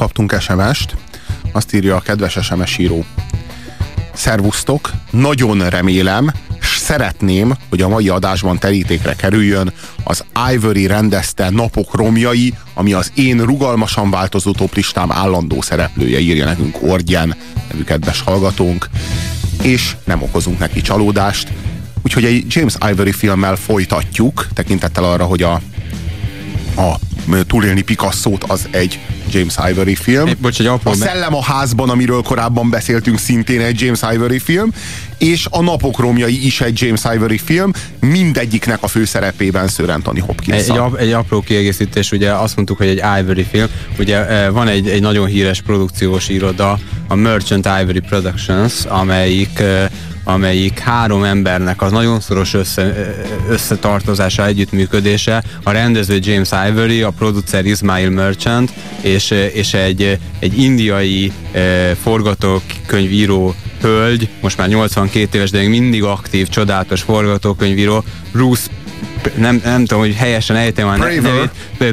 kaptunk SMS-t, azt írja a kedves SMS író. Szervusztok, nagyon remélem, s szeretném, hogy a mai adásban terítékre kerüljön az Ivory rendezte Napok romjai, ami az én rugalmasan változó toplistám állandó szereplője, írja nekünk Ordjen nevű kedves hallgatónk, és nem okozunk neki csalódást. Úgyhogy egy James Ivory filmmel folytatjuk, tekintettel arra, hogy a Túlélni Picasso-t az egy James Ivory film. A Szellem a házban, amiről korábban beszéltünk, szintén egy James Ivory film, és a Napok romjai is egy James Ivory film, mindegyiknek a főszerepében Sir Anthony Hopkins. Egy apró kiegészítés, ugye azt mondtuk, hogy egy Ivory film, ugye van egy nagyon híres produkciós iroda, a Merchant Ivory Productions, amelyik három embernek az nagyon szoros összetartozása, együttműködése, a rendező James Ivory, a producer Ismail Merchant, és egy indiai forgatókönyvíró hölgy, most már 82 éves, de még mindig aktív, csodálatos forgatókönyvíró, Ruth, nem tudom, hogy helyesen ejtem a nevét,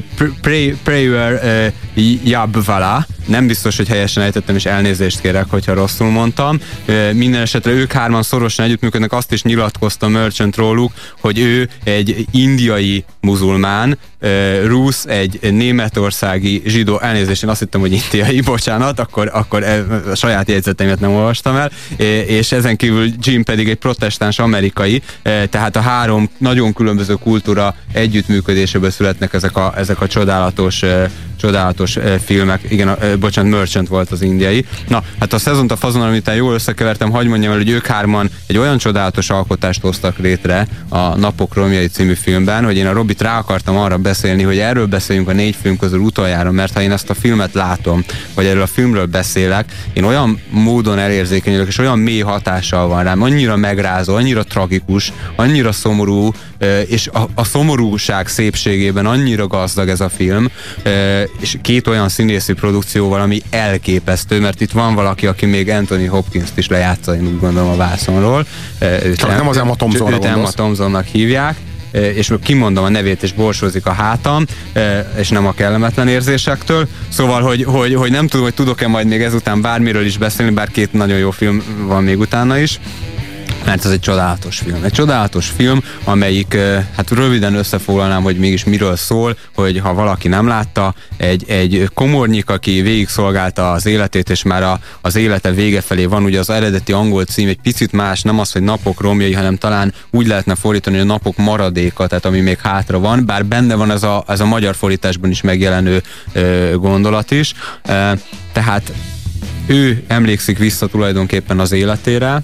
Praver Jabvala. Nem biztos, hogy helyesen ejtettem, és elnézést kérek, hogyha rosszul mondtam. Minden esetre ők hárman szorosan együttműködnek, azt is nyilatkozta Merchant róluk, hogy ő egy indiai muzulmán, Ruth egy németországi zsidó, elnézést, én azt hittem, hogy indiai, bocsánat, akkor a saját jegyzeteimet nem olvastam el, és ezen kívül Jim pedig egy protestáns amerikai, tehát a három nagyon különböző kultúra együttműködéséből születnek ezek a csodálatos filmek. Igen, bocsánat, Merchant volt az indiai. Na, hát a Szezont a fazon, amit jól összekevertem, hadd mondjam el, hogy ők hárman egy olyan csodálatos alkotást hoztak létre a Napok romjai című filmben, hogy én a Robit rá akartam arra beszélni, hogy erről beszéljünk a 4 film közül utoljára, mert ha én ezt a filmet látom, vagy erről a filmről beszélek, én olyan módon elérzékenyülök, és olyan mély hatással van rám, annyira megrázó, annyira tragikus, annyira szomorú, és a szomorúság szépségében annyira gazdag ez a film, és két olyan színészi produkcióval, ami elképesztő, mert itt van valaki, aki még Anthony Hopkins-t is lejátsza, én úgy gondolom, a vászonról. Csak nem az Emma Thompsonra gondolsz. Emma Thompsonnak hívják, és kimondom a nevét, és borsózik a hátam, és nem a kellemetlen érzésektől. Szóval, hogy nem tudom, hogy tudok-e majd még ezután bármiről is beszélni, bár 2 nagyon jó film van még utána is. Mert ez egy csodálatos film. Egy csodálatos film, amelyik, hát röviden összefoglalnám, hogy mégis miről szól, hogy ha valaki nem látta, egy komornyik, aki végigszolgálta az életét, és már az élete vége felé van, ugye az eredeti angol cím egy picit más, nem az, hogy Napok romjai, hanem talán úgy lehetne fordítani, hogy a napok maradéka, tehát ami még hátra van, bár benne van ez a magyar fordításban is megjelenő gondolat is. Tehát ő emlékszik vissza tulajdonképpen az életére,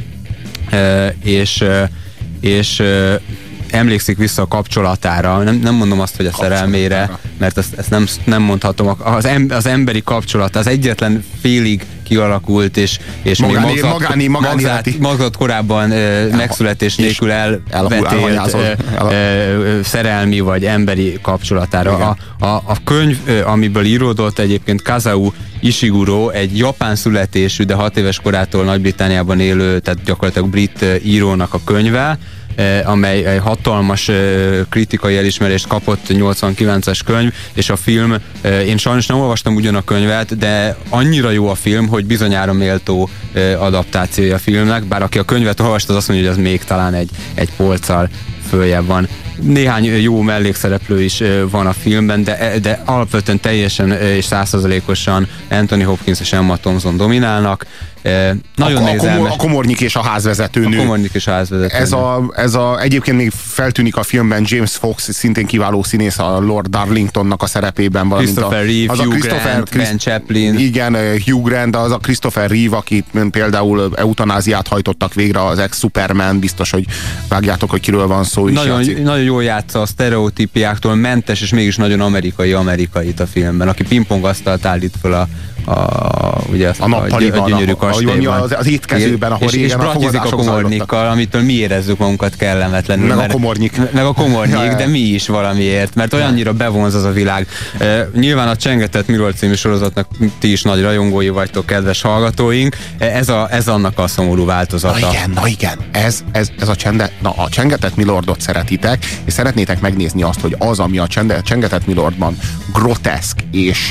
és emlékszik vissza a kapcsolatára, nem mondom azt, hogy a szerelmére, mert ezt nem mondhatom, az emberi kapcsolat, az egyetlen félig kialakult, és még magzat korábban megszületés nélkül elvetélt szerelmi vagy emberi kapcsolatára. A könyv, amiből íródott, egyébként Kazao Ishiguro, egy japán születésű, de 6 éves korától Nagy-Britanniában élő, tehát gyakorlatilag brit írónak a könyve, amely egy hatalmas kritikai elismerést kapott, 89-es könyv, és a film, én sajnos nem olvastam ugyan a könyvet, de annyira jó a film, hogy bizonyára méltó adaptációja a filmnek, bár aki a könyvet olvasta, az azt mondja, hogy ez még talán egy polccal följebb van. Néhány jó mellékszereplő is van a filmben, de alapvetően teljesen és 100%-osan Anthony Hopkins és Emma Thompson dominálnak. Nagyon a komornyik és a házvezetőnő. A komornyik és a házvezetőnő. Ez egyébként még feltűnik a filmben James Fox, szintén kiváló színész, a Lord Darlingtonnak a szerepében. Christopher Reeve, Hugh Grant, Ben Chaplin. Igen, Hugh Grant, az a Christopher Reeve, akit például eutanáziát hajtottak végre, az ex-Superman, biztos, hogy vágjátok, hogy kiről van szó. Nagyon jól játsza a sztereotípiáktól mentes, és mégis nagyon amerikait a filmben, aki pingpongasztalt állít föl ugye a nappaliban, a gyönyörű kastélyban. Az étkezőben, ahol régen a fogadások a komornyikkal, amitől mi érezzük magunkat kellemetlenül. Meg a komornyik. De mi is valamiért, mert olyannyira bevonz az a világ. Nyilván a Csengetett Milord című sorozatnak ti is nagy rajongói vagytok, kedves hallgatóink. Ez annak a szomorú változata. Na igen. Ez a Csengetett Milordot szeretitek, és szeretnétek megnézni azt, hogy az, ami a Csengetett Milordban groteszk és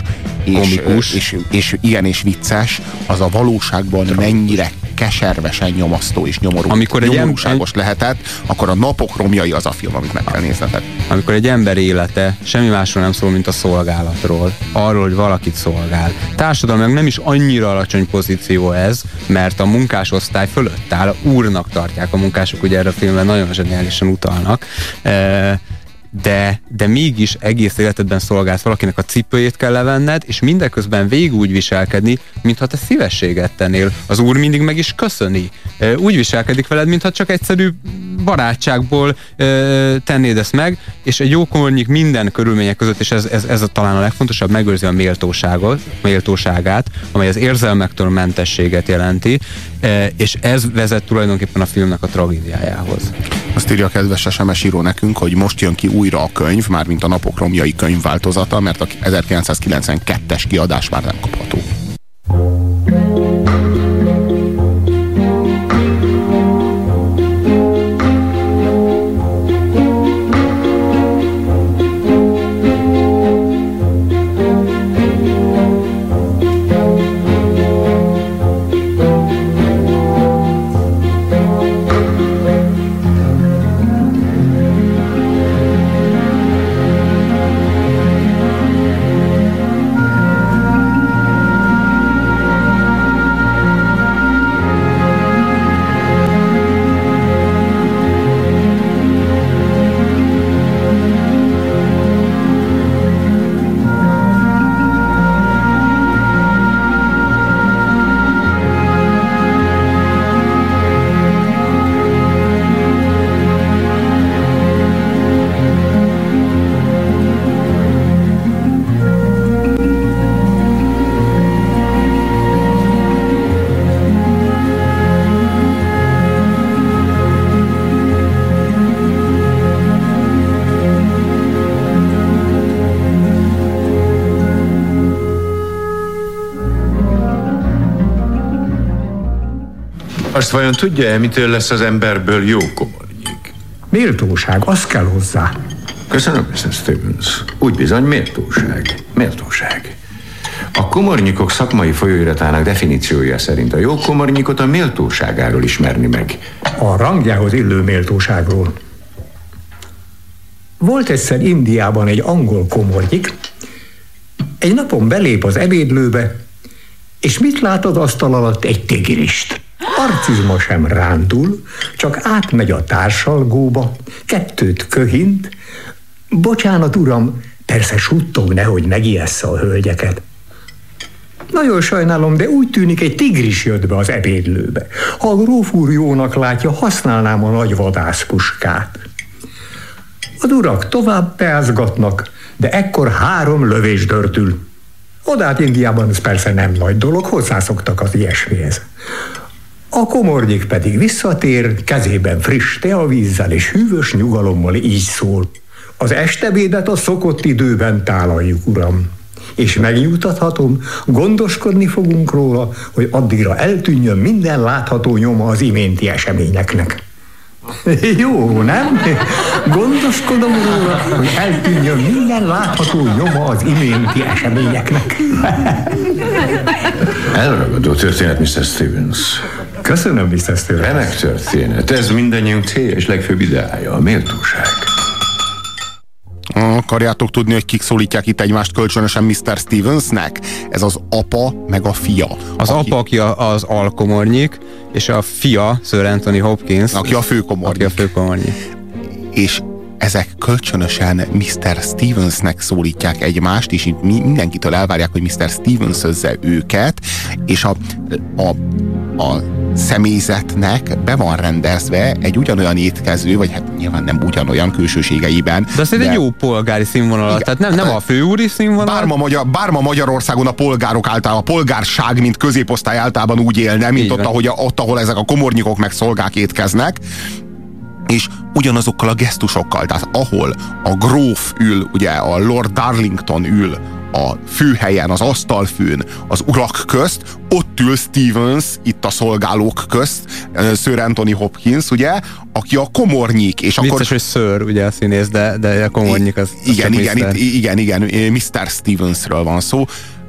komikus. És igen, és vicces, az a valóságban mennyire keservesen nyomasztó és nyomorúságos lehetett, akkor a Napok romjai az a film, amit meg kell néznetek. Amikor egy ember élete semmi másról nem szól, mint a szolgálatról. Arról, hogy valakit szolgál. Társadalmilag nem is annyira alacsony pozíció ez, mert a munkásosztály fölött áll, úrnak tartják a munkások, ugye erre a filmben nagyon zseniálisan utalnak. De mégis egész életedben szolgálsz, valakinek a cipőjét kell levenned, és mindeközben végig úgy viselkedni, mintha te szívességet tennél. Az úr mindig meg is köszöni. Úgy viselkedik veled, mintha csak egyszerű barátságból tennéd ezt meg, és egy jó komornyik minden körülmények között, és ez talán a legfontosabb, megőrzi a méltóságát, amely az érzelmektől mentességet jelenti, és ez vezet tulajdonképpen a filmnek a tragédiájához. Azt írja a kedves SMS író nekünk, hogy most jön ki újra a könyv, mármint a Napok romjai könyvváltozata, mert a 1992-es kiadás már nem kapható. Azt vajon tudja-e, mitől lesz az emberből jó komornyik? Méltóság, az kell hozzá. Köszönöm, Mr. Stevens. Úgy bizony, méltóság. Méltóság. A komornyikok szakmai folyóiratának definíciója szerint a jó komornyikot a méltóságáról ismerni meg. A rangjához illő méltóságról. Volt egyszer Indiában egy angol komornyik, egy napon belép az ebédlőbe, és mit lát az asztal alatt? Egy tigrist. Arcizma sem rándul, csak átmegy a társalgóba, kettőt köhint. Bocsánat, uram, persze suttog, nehogy megijessze a hölgyeket. Nagyon sajnálom, de úgy tűnik, egy tigris jött be az ebédlőbe. Ha a gróf úr jónak látja, használnám a nagy vadászpuskát. Az urak tovább peázgatnak, de ekkor 3 lövés dörtül. Odát Indiában ez persze nem nagy dolog, hozzászoktak az ilyesmihez. A komornyik pedig visszatér, kezében friss teavízzel és hűvös nyugalommal így szól. Az estebédet a szokott időben tálaljuk, uram. És megnyugtathatom, gondoskodni fogunk róla, hogy addigra eltűnjön minden látható nyoma az iménti eseményeknek. Jó, nem? Gondoskodom róla, hogy eltűnjön minden látható nyoma az iménti eseményeknek. Elragadó történet, Mr. Stevens. Köszönöm, Mr. Stevens. Remek történet. Ez mindannyiunk célja és legfőbb ideája, a méltóság. Akarjátok tudni, hogy kik szólítják itt egymást kölcsönösen Mr. Stevensnek? Ez az apa meg a fia. Az apa, aki az alkomornyik, és a fia, Sir Anthony Hopkins, aki a főkomornyik. És ezek kölcsönösen Mr. Stevensnek szólítják egymást, és mindenkitől elvárják, hogy Mr. Stevens-özze őket, és a személyzetnek be van rendezve egy ugyanolyan étkező, vagy hát nyilván nem ugyanolyan külsőségeiben. De ez egy jó polgári színvonal, tehát nem a főúri színvonal. Bár ma Magyarországon a polgárok általában, a polgárság, mint középosztály általában úgy élne, mint ott, ahol ezek a komornyikok meg szolgák étkeznek, és ugyanazokkal a gesztusokkal, tehát ahol a gróf ül, ugye a Lord Darlington ül a főhelyen, az asztalfőn, az urak közt, ott ül Stevens, itt a szolgálók közt, Sir Anthony Hopkins, ugye, aki a komornyik. És vicces, akkor... hogy Sir, ugye a színész, de a komornyik az igen, Mr. Stevensről van szó.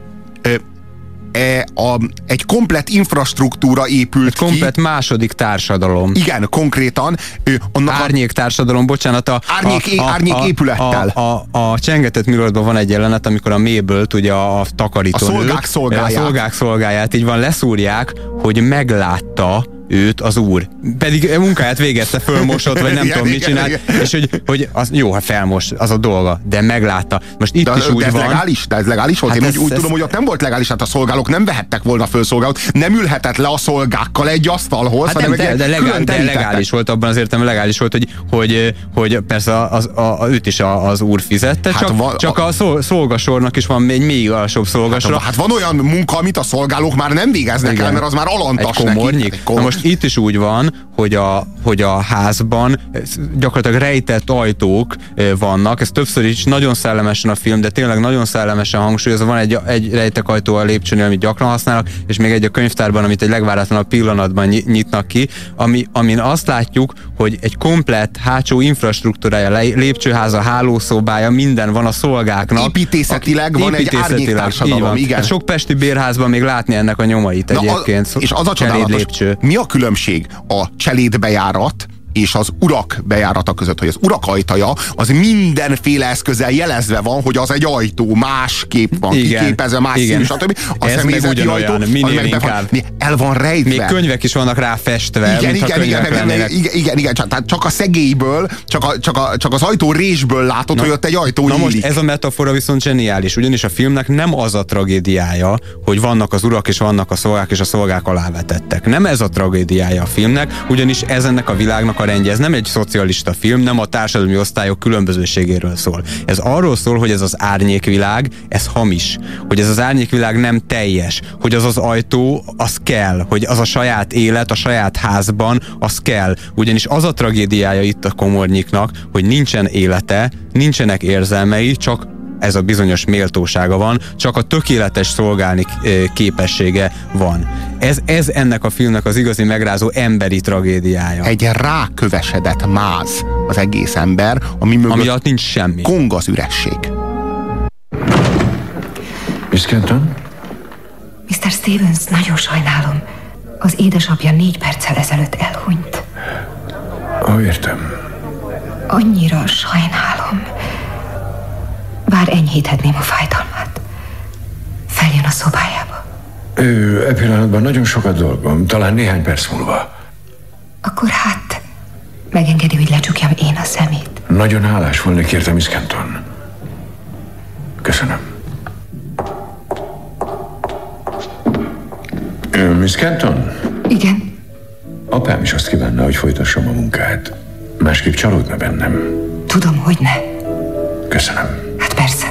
egy komplett infrastruktúra épült egy komplett második társadalom. Igen, konkrétan. Árnyék társadalom, bocsánat. Árnyék épülettel. A Csengetett Milordban van egy jelenet, amikor a Mabelt, ugye a takarítónőt, a szolgák szolgáját így van, leszúrják, hogy meglátta őt az úr. Pedig munkáját végezte, fölmosott, vagy nem tudom, mit csinált. És hogy az, jó, ha felmos, az a dolga, de meglátta. Most itt is úgy ez van. Legális? De ez legális volt? Hát én úgy tudom, hogy ott nem volt legális, hát a szolgálók nem vehettek volna föl szolgálót, nem ülhetett le a szolgákkal egy asztalhoz, hát hanem de legális volt, abban az értelemben legális volt, hogy persze őt is az úr fizette, hát csak a szolgasornak is van egy még alsóbb szolgasor. Hát van olyan munka, amit a szolgálók már nem végeznek el, mert az már alantas neki. Most itt is úgy van, hogy a házban gyakorlatilag rejtett ajtók vannak, ez többször is nagyon szellemesen a film, de tényleg nagyon szellemesen hangsúlyozva, van egy rejtek ajtó a lépcsőnél, amit gyakran használnak, és még egy a könyvtárban, amit egy legváratlanabb pillanatban nyitnak ki, amin azt látjuk, hogy egy komplett hátsó infrastruktúrája, lépcsőháza, hálószobája, minden van a szolgáknak. Építészetileg van egy árnyék társadalom, igen. Hát sok pesti bérházban még látni ennek a nyomait egyébként. És az a csodálatos, mi a különbség a cselédbejárat és az urak bejárata között, hogy az urak ajtaja az mindenféle eszközzel jelezve van, hogy az egy ajtó, másképp van, kiképezve, más színű, stb. A személyzeti ajtó, el van rejtve. Még könyvek is vannak rá festve. Igen, csak a szegélyből, csak az ajtó résből látod, hogy ott egy ajtó nyílik. Most ez a metafora viszont zseniális, ugyanis a filmnek nem az a tragédiája, hogy vannak az urak és vannak a szolgák, és a szolgák alávetettek. Nem ez a tragédiája a filmnek, ugyanis ez ennek a világnak a rendje. Ez nem egy szocialista film, nem a társadalmi osztályok különbözőségéről szól. Ez arról szól, hogy ez az árnyékvilág, ez hamis. Hogy ez az árnyékvilág nem teljes. Hogy az ajtó, az kell. Hogy az a saját élet, a saját házban, az kell. Ugyanis az a tragédiája itt a Komornyiknak, hogy nincsen élete, nincsenek érzelmei, csak ez a bizonyos méltósága van, csak a tökéletes szolgálni képessége van. Ez ennek a filmnek az igazi megrázó emberi tragédiája. Egy rákövesedett máz az egész ember, ami alatt nincs semmi. Kong az üresség. Miss Kenton? Mr. Stevens, nagyon sajnálom. Az édesapja 4 perccel ezelőtt elhunyt. Értem. Annyira sajnálom. Bár enyhíthetném a fájdalmát. Feljön a szobájába. E pillanatban nagyon sokat dolgom, talán néhány perc múlva. Akkor hát megengedi, hogy lecsukjam én a szemét. Nagyon hálás volnék érte, Miss Kenton. Köszönöm. Miss Kenton? Igen? Apám is azt kívánna, hogy folytassam a munkát. Másképp csalódna bennem. Tudom, hogy ne. Köszönöm. Hát persze.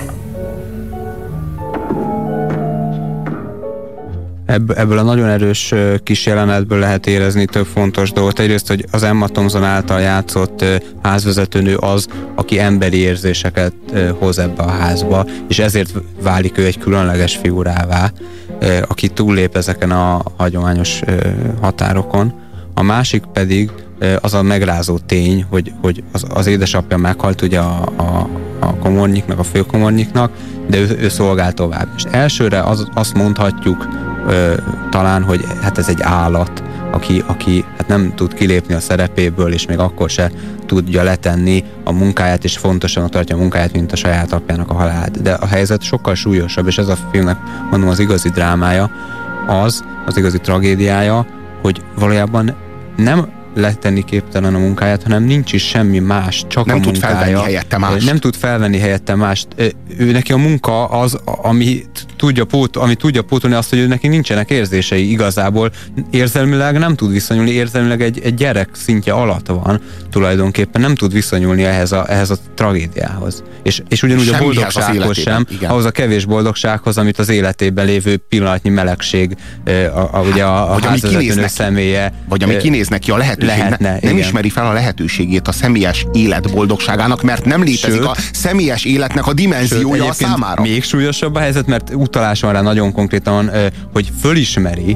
Ebből a nagyon erős kis jelenetből lehet érezni több fontos dolgot. Egyrészt, hogy az Emma Thompson által játszott házvezetőnő az, aki emberi érzéseket hoz ebbe a házba, és ezért válik ő egy különleges figurává, aki túllép ezeken a hagyományos határokon. A másik pedig az a megrázó tény, hogy az édesapja meghalt ugye a komornyiknak, a főkomornyiknak, de ő szolgál tovább. És elsőre azt mondhatjuk talán, hogy hát ez egy állat, aki hát nem tud kilépni a szerepéből, és még akkor se tudja letenni a munkáját, és fontosan tartja a munkáját, mint a saját apjának a halálát. De a helyzet sokkal súlyosabb, és ez a filmnek, mondom, az igazi drámája, az igazi tragédiája, hogy valójában nem letenni képtelen a munkáját, hanem nincs is semmi más, csak nem a tud munkája. Felvenni helyette mást. Nem tud felvenni helyette mást. Ő neki a munka az, ami tudja pótolni azt, hogy ő neki nincsenek érzései igazából. Érzelmileg nem tud viszonyulni, érzelmileg egy gyerek szintje alatt van tulajdonképpen, nem tud viszonyulni ehhez a tragédiához. És ugyanúgy a boldogsághoz sem, ahhoz a kevés boldogsághoz, amit az életében lévő pillanatnyi melegség, ugye a házvezetőnő személye. Vagy ami kinéz neki a lehetőség. Nem ismeri fel a lehetőségét a személyes élet boldogságának, mert nem létezik a személyes életnek a dimenziója a számára. Még súlyosabb a helyzet, mert utalás van rá nagyon konkrétan, hogy fölismeri,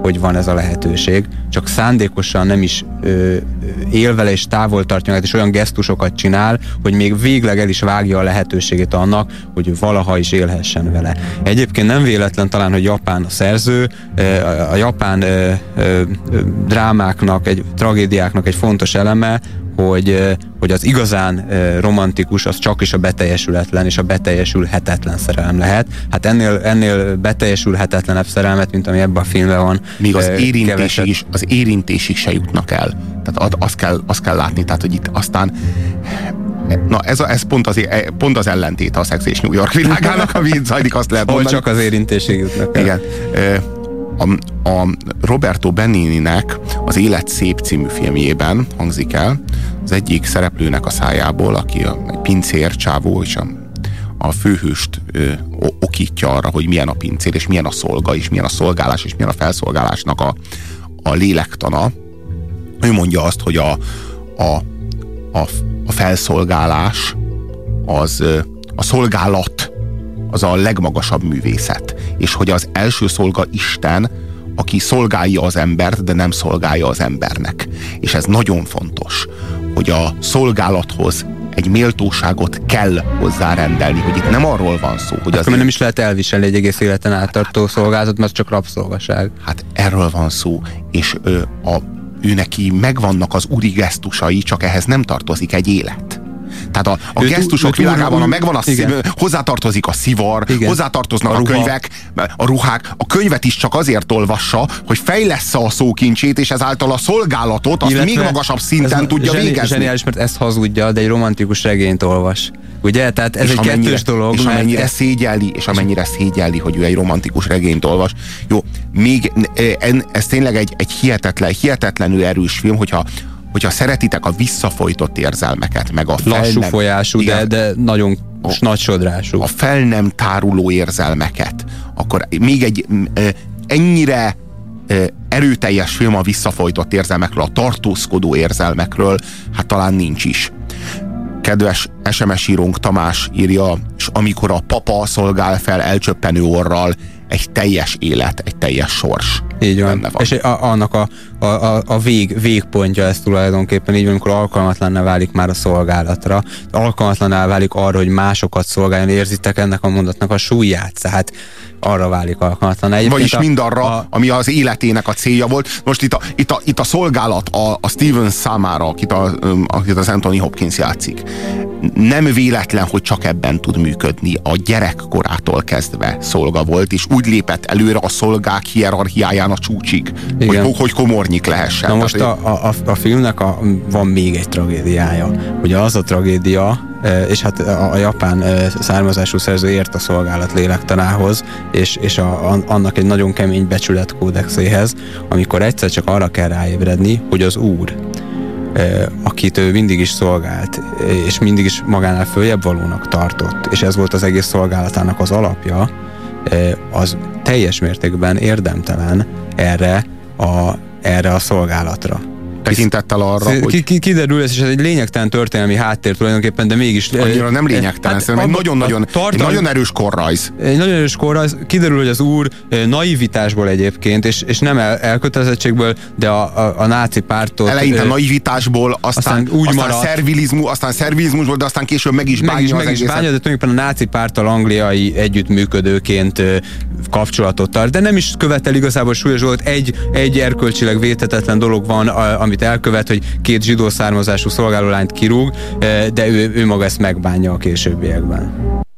hogy van ez a lehetőség, csak szándékosan nem is él vele és távol tartja meg, és olyan gesztusokat csinál, hogy még végleg el is vágja a lehetőségét annak, hogy valaha is élhessen vele. Egyébként nem véletlen talán, hogy Japán a szerző, a japán drámáknak, tragédiáknak egy fontos eleme, hogy az igazán romantikus, az csak is a beteljesületlen és a beteljesülhetetlen szerelem lehet. Hát ennél beteljesülhetetlenebb szerelmet, mint ami ebben a filmben van. Még az érintésig se jutnak el. Tehát azt kell látni, tehát hogy itt aztán ez pont az ellentéte a Szex és New York világának, ami itt zajlik, azt lehet mondani. Hol csak az érintésig jutnak el. Igen. A Roberto Benigninek az Élet szép című filmjében hangzik el az egyik szereplőnek a szájából, aki egy pincér csávó, és a főhőst okítja arra, hogy milyen a pincér, és milyen a szolga, és milyen a szolgálás, és milyen a felszolgálásnak a lélektana. Ő mondja azt, hogy a felszolgálás, a szolgálat az a legmagasabb művészet, és hogy az első szolga Isten, aki szolgálja az embert, de nem szolgálja az embernek. És ez nagyon fontos, hogy a szolgálathoz egy méltóságot kell hozzárendelni, hogy itt nem arról van szó, hogy akkor nem is lehet elviselni egy egész életen áttartó szolgálatot, mert csak rabszolgaság. Hát erről van szó, és ő neki megvannak az úri gesztusai, csak ehhez nem tartozik egy élet. Tehát a gesztusok világában megvan hozzátartozik a szivar, igen, hozzátartoznak a könyvek, a ruhák. A könyvet is csak azért olvassa, hogy fejlessze a szókincsét, és ezáltal a szolgálatot azt még magasabb szinten tudja végezni. Zseniális, mert ezt hazudja, de egy romantikus regényt olvas. Ugye? Tehát ez egy kettős dolog. És amennyire szégyelli, hogy ő egy romantikus regényt olvas. Jó, még ez tényleg egy hihetetlenül erős film, hogyha szeretitek a visszafojtott érzelmeket, meg a lassú folyású, de nagyon nagy sodrású. A fel nem táruló érzelmeket, akkor még egy ennyire erőteljes film a visszafojtott érzelmekről, a tartózkodó érzelmekről, hát talán nincs is. Kedves SMS írónk Tamás írja, és amikor a papa szolgál fel elcsöppenő orral, egy teljes élet, egy teljes sors. Így van. És annak a végpontja ez tulajdonképpen így van, amikor alkalmatlanná válik már a szolgálatra, alkalmatlanná válik arra, hogy másokat szolgáljon, érzitek ennek a mondatnak a súlyát, tehát arra válik alkalmatlan. Vagyis mindarra, ami az életének a célja volt. Most itt a szolgálat a Stevens számára, akit az Anthony Hopkins játszik, nem véletlen, hogy csak ebben tud működni. A gyerekkorától kezdve szolga volt, és úgy lépett előre a szolgák hierarchiáján a csúcsig, hogy komornyik lehessen. Na most a filmnek van még egy tragédiája. Ugye az a tragédia, és hát a japán származású szerző ért a szolgálat lélektanához, és annak egy nagyon kemény becsületkódexéhez, amikor egyszer csak arra kell ráébredni, hogy az úr, akit ő mindig is szolgált, és mindig is magánál följebb valónak tartott, és ez volt az egész szolgálatának az alapja, az teljes mértékben érdemtelen erre a szolgálatra. Tekintettel arra, hogy... Kiderül ez, és ez egy lényegtelen történelmi háttér tulajdonképpen, de mégis... Annyira nem lényegtelen, szerintem egy nagyon erős korrajz. Egy nagyon erős korrajz. Kiderül, hogy az úr naivitásból egyébként, és nem elkötelezettségből, de a náci pártot... Eleinte naivitásból, aztán szervilizmusból, de aztán később meg is bánja az egészet. De tulajdonképpen a náci párttal angliai együttműködőként kapcsolatot tart. De nem is követel igazából súlyos dolgot. Egy erkölcsileg védhetetlen dolog van, amit elkövet, hogy 2 zsidó származású szolgálólányt kirúg, de ő maga ezt megbánja a későbbiekben.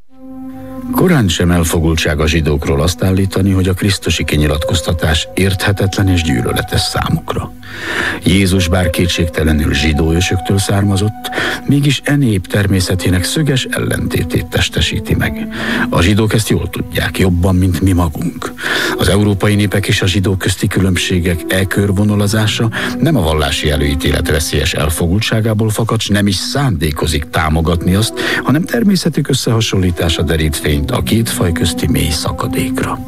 Korán sem elfogultság a zsidókról azt állítani, hogy a krisztusi kinyilatkoztatás érthetetlen és gyűlöletes számukra. Jézus bár kétségtelenül zsidó ősöktől származott, mégis e nép természetének szöges ellentétét testesíti meg. A zsidók ezt jól tudják, jobban, mint mi magunk. Az európai népek és a zsidók közti különbségek körvonalazása nem a vallási előítélet veszélyes elfogultságából fakad, s nem is szándékozik támogatni azt, hanem természetük összehasonlítása derít fényt a két faj közti mély szakadékra.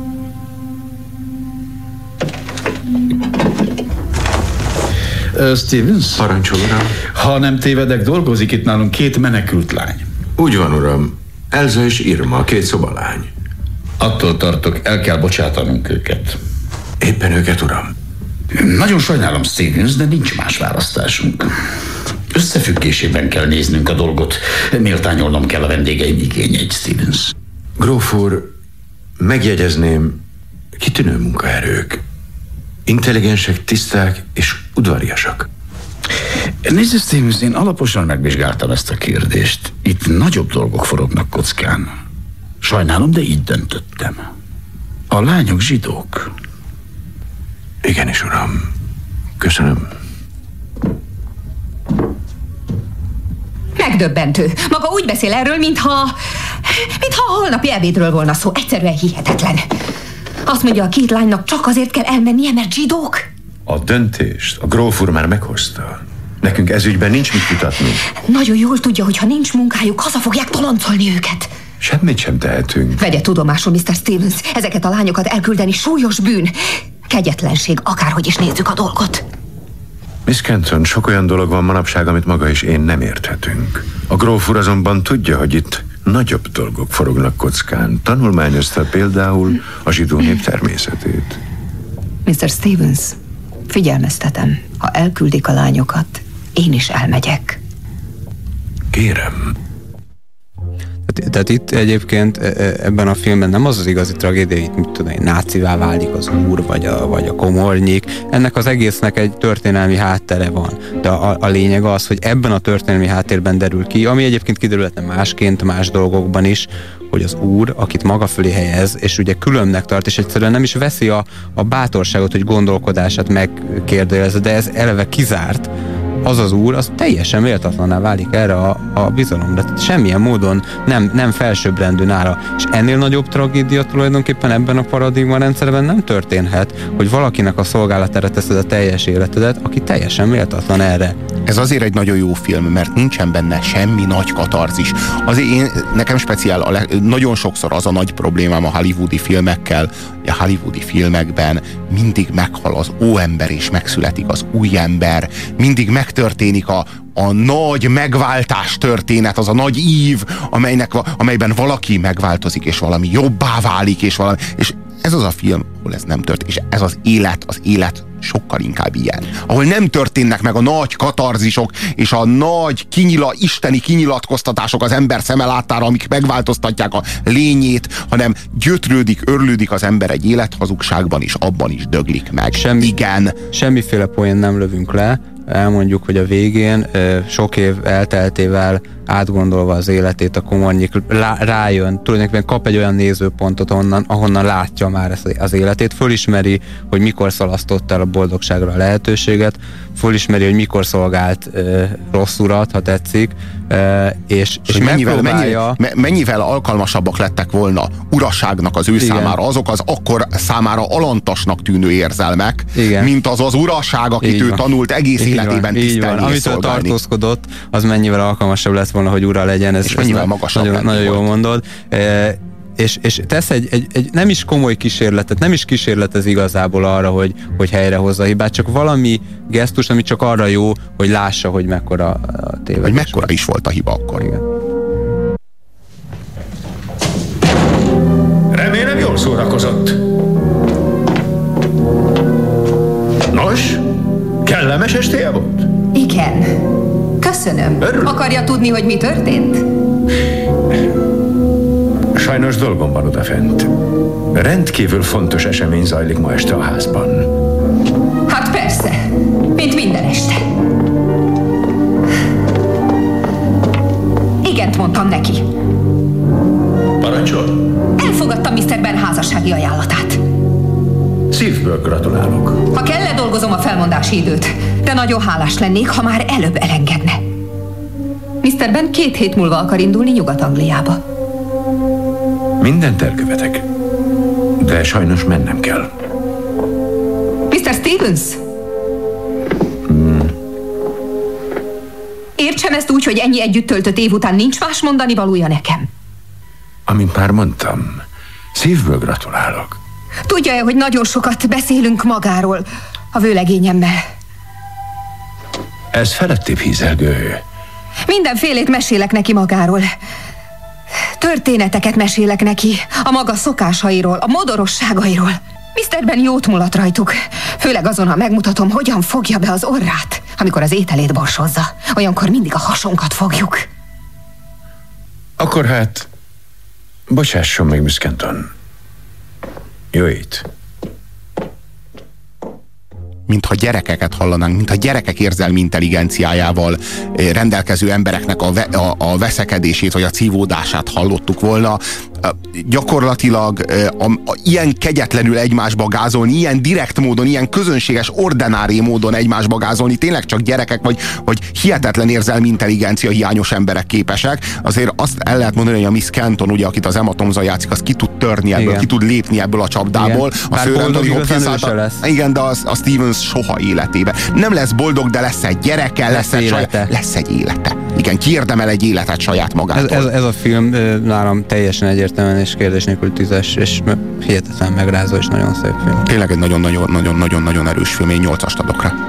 Stevens? Parancsol, uram. Ha nem tévedek, dolgozik itt nálunk 2 menekült lány. Úgy van, uram. Elza és Irma, 2 szobalány. Attól tartok, el kell bocsátanunk őket. Éppen őket, uram. Nagyon sajnálom, Stevens, de nincs más választásunk. Összefüggésében kell néznünk a dolgot. Méltányolnom kell a vendégeim igényeit, Stevens. Gróf úr, megjegyezném, kitűnő munkaerők. Intelligensek, tiszták és udvariasak. Nézd, Stevens, én alaposan megvizsgáltam ezt a kérdést. Itt nagyobb dolgok forognak kockán. Sajnálom, de így döntöttem. A lányok zsidók. Igenis, uram. Köszönöm. Megdöbbentő. Maga úgy beszél erről, mintha a holnapi ebédről volna szó. Egyszerűen hihetetlen. Azt mondja, a két lánynak csak azért kell elmennie, mert zsidók? A döntést a gróf úr már meghozta. Nekünk ezügyben nincs mit vitatni. Nagyon jól tudja, hogy ha nincs munkájuk, haza fogják toloncolni őket. Semmit sem tehetünk. Vegye tudomásul, Mr. Stevens, ezeket a lányokat elküldeni súlyos bűn. Kegyetlenség, akárhogy is nézzük a dolgot. Miss Kenton, sok olyan dolog van manapság, amit maga és én nem érthetünk. A gróf úr azonban tudja, hogy itt nagyobb dolgok forognak kockán. Tanulmányozta például a zsidó nép természetét. Mr. Stevens, figyelmeztetem, ha elküldik a lányokat, én is elmegyek. Kérem. Tehát itt egyébként ebben a filmben nem az igazi tragédia, itt mit tudom én, nácivá válik az úr, vagy a komornyik. Ennek az egésznek egy történelmi háttere van. De a lényeg az, hogy ebben a történelmi háttérben derül ki, ami egyébként kiderülhetne másként, más dolgokban is, hogy az úr, akit maga fölé helyez, és ugye különbnek tart, és egyszerűen nem is veszi a bátorságot, hogy gondolkodását megkérdőjelezze, de ez eleve kizárt. Az úr, az teljesen méltatlanná válik erre a bizalomra. Tehát semmilyen módon nem felsőbbrendű nála. És ennél nagyobb tragédia tulajdonképpen ebben a paradigma rendszerben nem történhet, hogy valakinek a szolgálatára teszed a teljes életedet, aki teljesen méltatlan erre. Ez azért egy nagyon jó film, mert nincsen benne semmi nagy katarzis. Azért nekem speciál, nagyon sokszor az a nagy problémám a hollywoodi filmekkel, a hollywoodi filmekben mindig meghal az óember és megszületik az új ember, mindig megtörténik a nagy megváltás történet, az a nagy ív, amelyben valaki megváltozik, és valami jobbá válik, és ez az a film, ahol ez nem történik, és ez az élet sokkal inkább ilyen. Ahol nem történnek meg a nagy katarzisok, és a nagy isteni kinyilatkoztatások az ember szeme láttára, amik megváltoztatják a lényét, hanem gyötrődik, örlődik az ember egy élethazugságban, és abban is döglik meg. Igen. Semmiféle poén nem lövünk le, elmondjuk, hogy a végén sok év elteltével átgondolva az életét a komornyik rájön, tulajdonképpen kap egy olyan nézőpontot, ahonnan látja már ezt az életét, fölismeri, hogy mikor szalasztott el a boldogságra a lehetőséget, fölismeri, hogy mikor szolgált rossz urat, ha tetszik, és mennyivel alkalmasabbak lettek volna uraságnak az ő számára, azok az akkor számára alantasnak tűnő érzelmek, mint az uraság, akit ő tanult egész életében tisztelni és amitől tartózkodott, az mennyivel alkalmasabb lett volna, hogy ura legyen. És mennyivel magasabb nagyon jól mondod. És tesz egy nem is komoly kísérletet, nem is kísérletez igazából arra, hogy helyrehozza a hibát, csak valami gesztus, ami csak arra jó, hogy lássa, hogy mekkora a tévedés. Hogy mekkora is volt a hiba akkor. Igen. Remélem jól szórakozott. Nos, kellemes estéje volt? Igen. Köszönöm. Akarja tudni, hogy mi történt? Sajnos dolgom van odafent. Rendkívül fontos esemény zajlik ma este a házban. Hát persze, mint minden este. Igent mondtam neki. Parancsol? Elfogadtam Mr. Ben házassági ajánlatát. Szívből gratulálok. Ha kell, ledolgozom a felmondási időt, de nagyon hálás lennék, ha már előbb elengedne. Mr. Ben 2 hét múlva akar indulni Nyugat-Angliába. Mindent elkövetek, de sajnos mennem kell. Mr. Stevens? Értsem ezt úgy, hogy ennyi együtt töltött év után nincs más mondani valója nekem? Amint már mondtam, szívből gratulálok. Tudja-e, hogy nagyon sokat beszélünk magáról a vőlegényemmel? Ez felettébb hízelgő. Mindenfélét mesélek neki magáról. Történeteket mesélek neki a maga szokásairól, a modorosságairól. Mr. Ben jót mulat rajtuk. Főleg azon, ha megmutatom, hogyan fogja be az orrát, amikor az ételét borsozza. Olyankor mindig a hasunkat fogjuk. Akkor hát, bocsásson meg, Miss Kenton. Jöjjt. Mintha gyerekeket hallanánk, mintha gyerekek érzelmi intelligenciájával rendelkező embereknek a veszekedését, vagy a cívódását hallottuk volna. Gyakorlatilag ilyen kegyetlenül egymásba gázolni, ilyen direkt módon, ilyen közönséges, ordinári módon egymásba gázolni, tényleg csak gyerekek, vagy hihetetlen érzelmi intelligencia hiányos emberek képesek. Azért azt el lehet mondani, hogy a Miss Kenton, ugye, akit az Emma Thompson játszik, az ki tud törni ebből, ki tud lépni ebből a csapdából. A Sir Anthony Hopkins által, igen, de a Stevens soha életében. Nem lesz boldog, de lesz egy gyereke, lesz egy élete. Igen, kiérdemel egy életet saját magától. Ez a film nálam teljesen egyértelműen és kérdés nélkül 10-es, és hihetetlen megrázó és nagyon szép film. Tényleg egy nagyon-nagyon erős film, én 8-ast adok rá.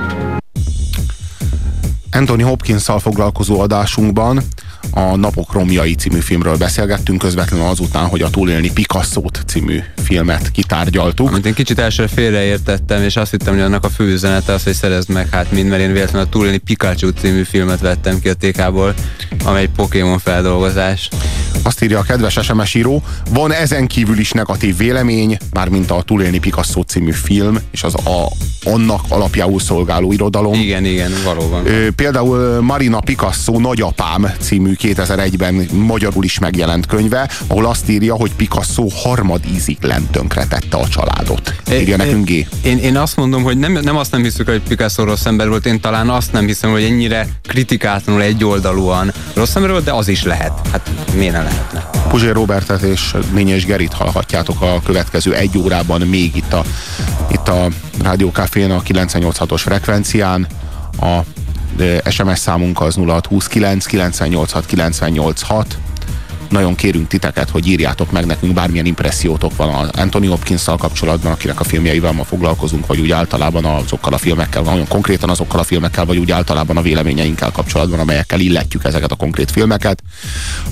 Anthony Hopkinsszal foglalkozó adásunkban a Napok romjai című filmről beszélgettünk, közvetlenül azután, hogy a Túlélni Picassót című filmet kitárgyaltuk. Amit én kicsit elsőre félreértettem, és azt hittem, hogy annak a fő üzenete az, hogy szerezd meg hát mind, mert én véletlenül a Túlélni Pikachu című filmet vettem ki a TK-ból, amely egy Pokémon feldolgozás. Azt írja a kedves SMS író, van ezen kívül is negatív vélemény, mármint a Túlélni Picasso című film, és az annak alapjául szolgáló irodalom. Igen, valóban. Például Marina Picasso Nagyapám című 2001-ben magyarul is megjelent könyve, ahol azt írja, hogy Picasso harmadízig lent tönkretette a családot. Írja nekünk G. Én azt mondom, hogy nem azt nem hiszük, hogy Picasso rossz ember volt, én talán azt nem hiszem, hogy ennyire kritikátlanul egyoldalúan rossz ember volt, de az is lehet. Hát miért ne lehetne? Puzsér Robertet és Ményes Gerit hallhatjátok a következő 1 órában még itt a Rádió Cafén a 98.6-os frekvencián. A SMS számunk az 0629 986 986. Nagyon kérünk titeket, hogy írjátok meg nekünk, bármilyen impressziótok van az Anthony Hopkinsszal kapcsolatban, akinek a filmjeivel ma foglalkozunk, vagy úgy általában azokkal a filmekkel, nagyon konkrétan azokkal a filmekkel, vagy úgy általában a véleményeinkkel kapcsolatban, amelyekkel illetjük ezeket a konkrét filmeket.